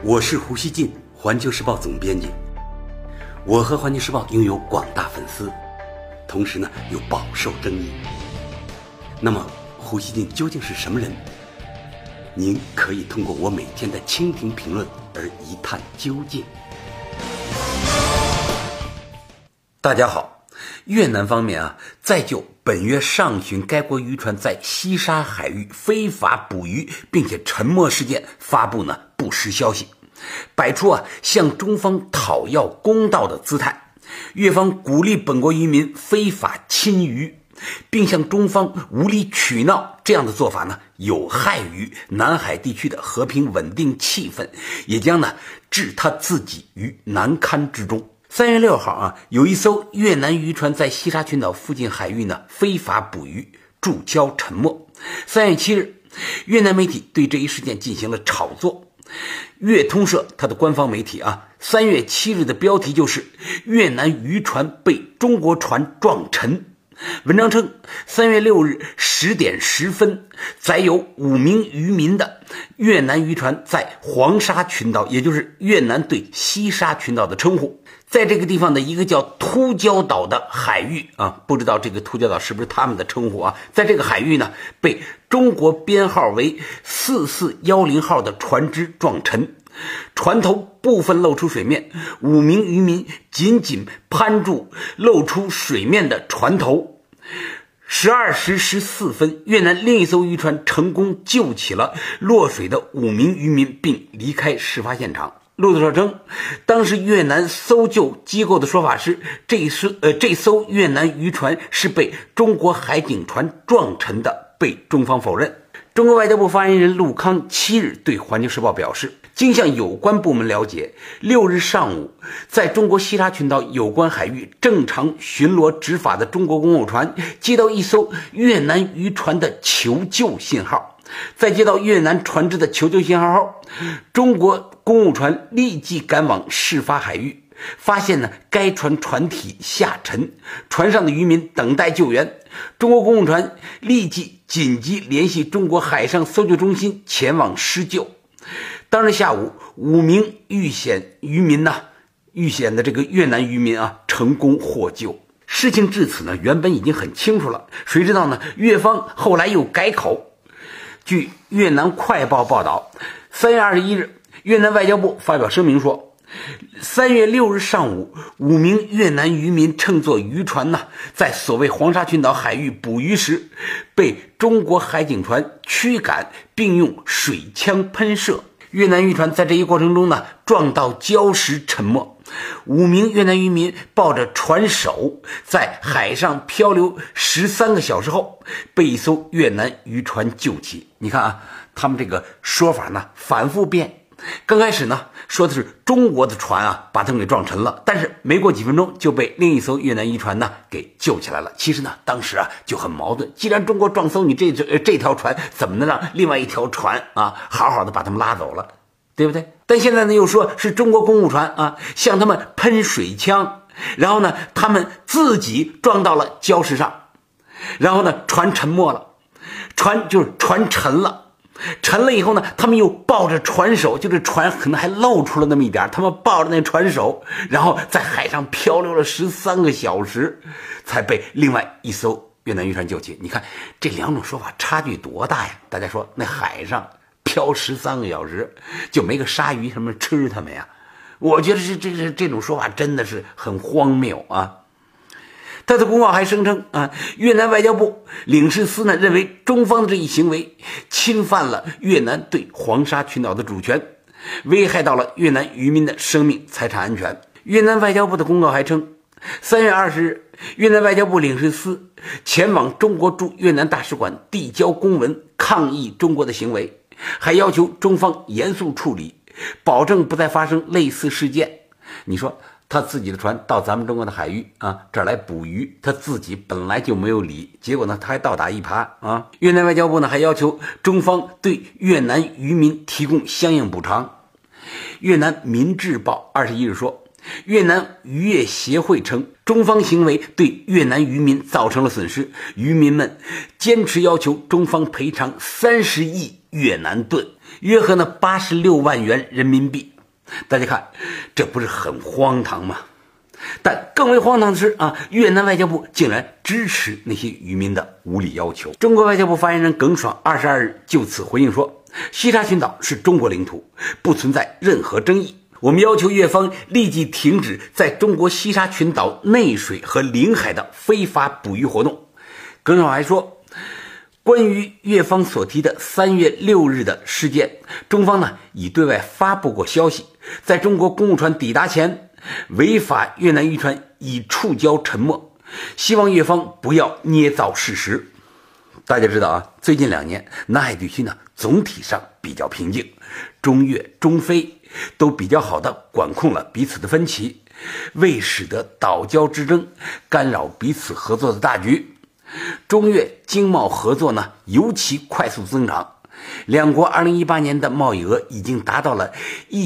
我是胡锡进，环球时报总编辑。我和环球时报拥有广大粉丝，同时呢又饱受争议。那么胡锡进究竟是什么人？您可以通过我每天的蜻蜓评论而一探究竟。大家好，越南方面再就本月上旬该国渔船在西沙海域非法捕鱼并且沉没事件发布不实消息，摆出向中方讨要公道的姿态。越方鼓励本国渔民非法侵渔，并向中方无理取闹，这样的做法有害于南海地区的和平稳定气氛，也将置他自己于难堪之中。3月6号有一艘越南渔船在西沙群岛附近海域非法捕鱼，注礁沉没。3月7日，越南媒体对这一事件进行了炒作。越通社它的官方媒体3月7日的标题就是越南渔船被中国船撞沉。文章称，3月6日10点10分，载有5名渔民的越南渔船在黄沙群岛，也就是越南对西沙群岛的称呼，在这个地方的一个叫突礁岛的海域不知道这个突礁岛是不是他们的称呼在这个海域被中国编号为4410号的船只撞沉，船头部分露出水面，5名渔民紧紧攀住露出水面的船头。12时14分，越南另一艘渔船成功救起了落水的5名渔民，并离开事发现场。路透社称，当时越南搜救机构的说法是，这艘越南渔船是被中国海警船撞沉的，被中方否认。中国外交部发言人陆康7日对环球时报表示，经向有关部门了解，6日上午在中国西沙群岛有关海域正常巡逻执法的中国公务船接到一艘越南渔船的求救信号。在接到越南船只的求救信号后，中国公务船立即赶往事发海域，发现该船船体下沉，船上的渔民等待救援。中国公务船立即紧急联系中国海上搜救中心前往施救。当日下午，5名遇险的这个越南渔民成功获救。事情至此原本已经很清楚了，谁知道越方后来又改口。据越南快报报道，3月21日，越南外交部发表声明说，3月6日上午，5名越南渔民乘坐渔船在所谓黄沙群岛海域捕鱼时，被中国海警船驱赶，并用水枪喷射。越南渔船在这一过程中撞到礁时沉没。5名越南渔民抱着船首在海上漂流13个小时后，被一艘越南渔船救起。你看他们这个说法反复变。刚开始说的是中国的船把他们给撞沉了，但是没过几分钟就被另一艘越南渔船给救起来了。其实当时就很矛盾，既然中国撞艘你这条船，怎么能让另外一条船好好的把他们拉走了，对不对？但现在又说是中国公务船向他们喷水枪，然后他们自己撞到了礁石上，然后船沉没了，船沉了。沉了以后他们又抱着船首，就这船可能还露出了那么一点，他们抱着那船首，然后在海上漂流了13个小时，才被另外一艘越南渔船救起。你看这两种说法差距多大呀？大家说那海上漂13个小时就没个鲨鱼什么吃他们呀？我觉得这种说法真的是很荒谬他的公告还声称越南外交部领事司认为中方的这一行为侵犯了越南对黄沙群岛的主权，危害到了越南渔民的生命财产安全。越南外交部的公告还称，3月20日，越南外交部领事司前往中国驻越南大使馆递交公文抗议中国的行为，还要求中方严肃处理，保证不再发生类似事件。你说他自己的船到咱们中国的海域这儿来捕鱼，他自己本来就没有理，结果他还倒打一耙越南外交部还要求中方对越南渔民提供相应补偿。越南民智报21日说，越南渔业协会称，中方行为对越南渔民造成了损失，渔民们坚持要求中方赔偿30亿越南盾，约合86万元人民币。 大家看，这不是很荒唐吗？但更为荒唐的是越南外交部竟然支持那些渔民的无理要求。中国外交部发言人耿爽22日就此回应说，西沙群岛是中国领土，不存在任何争议。我们要求越方立即停止在中国西沙群岛内水和领海的非法捕鱼活动。耿爽还说，关于越方所提的3月6日的事件，中方呢已对外发布过消息，在中国公务船抵达前，违法越南渔船已触礁沉没，希望越方不要捏造事实。大家知道最近2年南海地区呢总体上比较平静，中越、中非都比较好的管控了彼此的分歧，未使得岛礁之争干扰彼此合作的大局。中越经贸合作呢尤其快速增长，两国2018年的贸易额已经达到了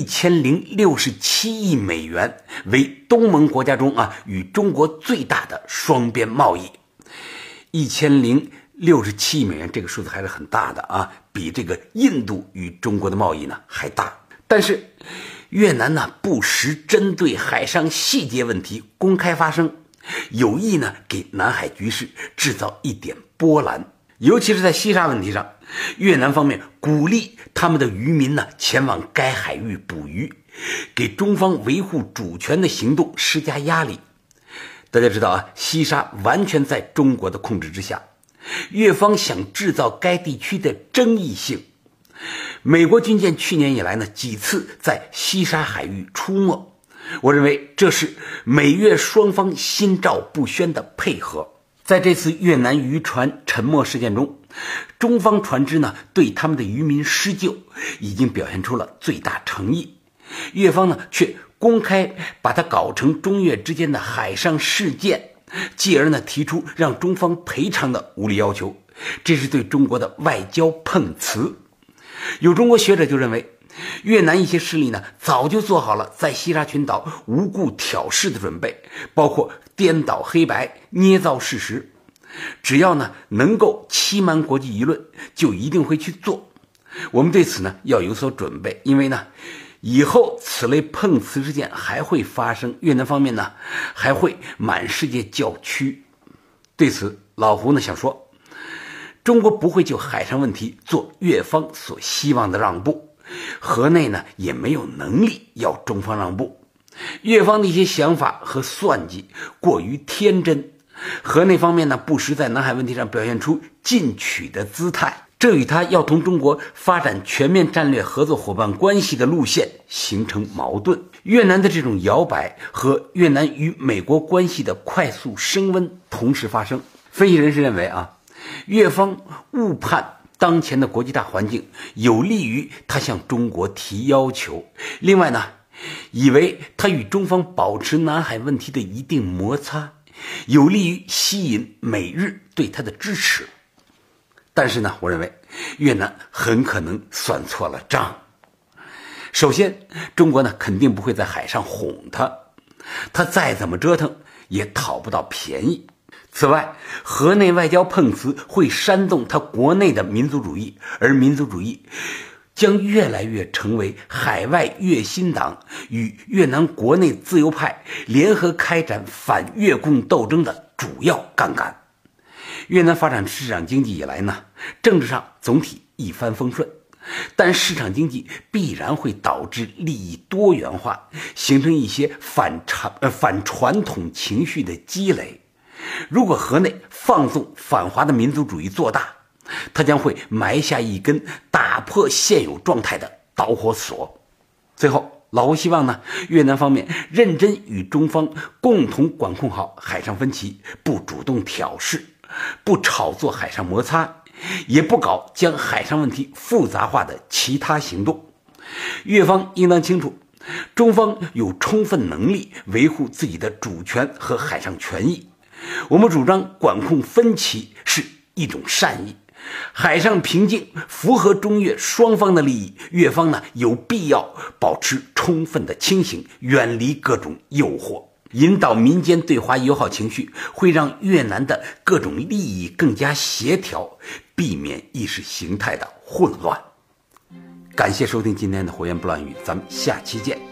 1067亿美元，为东盟国家中与中国最大的双边贸易。1067亿美元这个数字还是很大的比这个印度与中国的贸易呢还大。但是越南呢不时针对海上细节问题公开发声，有意呢给南海局势制造一点波澜。尤其是在西沙问题上，越南方面鼓励他们的渔民呢前往该海域捕鱼，给中方维护主权的行动施加压力。大家知道西沙完全在中国的控制之下，越方想制造该地区的争议性。美国军舰去年以来呢几次在西沙海域出没，我认为这是美越双方心照不宣的配合。在这次越南渔船沉没事件中，中方船只呢对他们的渔民施救已经表现出了最大诚意，越方呢却公开把它搞成中越之间的海上事件，继而呢提出让中方赔偿的无理要求，这是对中国的外交碰瓷。有中国学者就认为，越南一些势力呢早就做好了在西沙群岛无故挑事的准备，包括颠倒黑白、捏造事实，只要呢能够欺瞒国际舆论，就一定会去做。我们对此呢要有所准备，因为呢以后此类碰瓷事件还会发生，越南方面呢还会满世界叫屈。对此老胡呢想说，中国不会就海上问题做越方所希望的让步，河内呢也没有能力要中方让步。越方的一些想法和算计过于天真，河内方面呢不时在南海问题上表现出进取的姿态，这与他要同中国发展全面战略合作伙伴关系的路线形成矛盾。越南的这种摇摆和越南与美国关系的快速升温同时发生。分析人士认为越方误判当前的国际大环境有利于他向中国提要求，另外呢以为他与中方保持南海问题的一定摩擦有利于吸引美日对他的支持。但是呢我认为越南很可能算错了账。首先，中国呢肯定不会在海上哄他再怎么折腾也讨不到便宜。此外，河内外交碰瓷会煽动他国内的民族主义，而民族主义将越来越成为海外越新党与越南国内自由派联合开展反越共斗争的主要杠杆。越南发展市场经济以来呢，政治上总体一帆风顺，但市场经济必然会导致利益多元化，形成一些反传统情绪的积累。如果河内放纵反华的民族主义做大，它将会埋下一根打破现有状态的导火索。最后，老胡希望呢，越南方面认真与中方共同管控好海上分歧，不主动挑事，不炒作海上摩擦，也不搞将海上问题复杂化的其他行动。越方应当清楚，中方有充分能力维护自己的主权和海上权益。我们主张管控分歧是一种善意，海上平静符合中越双方的利益，越方呢有必要保持充分的清醒，远离各种诱惑，引导民间对华友好情绪，会让越南的各种利益更加协调，避免意识形态的混乱。感谢收听今天的火焰不乱语，咱们下期见。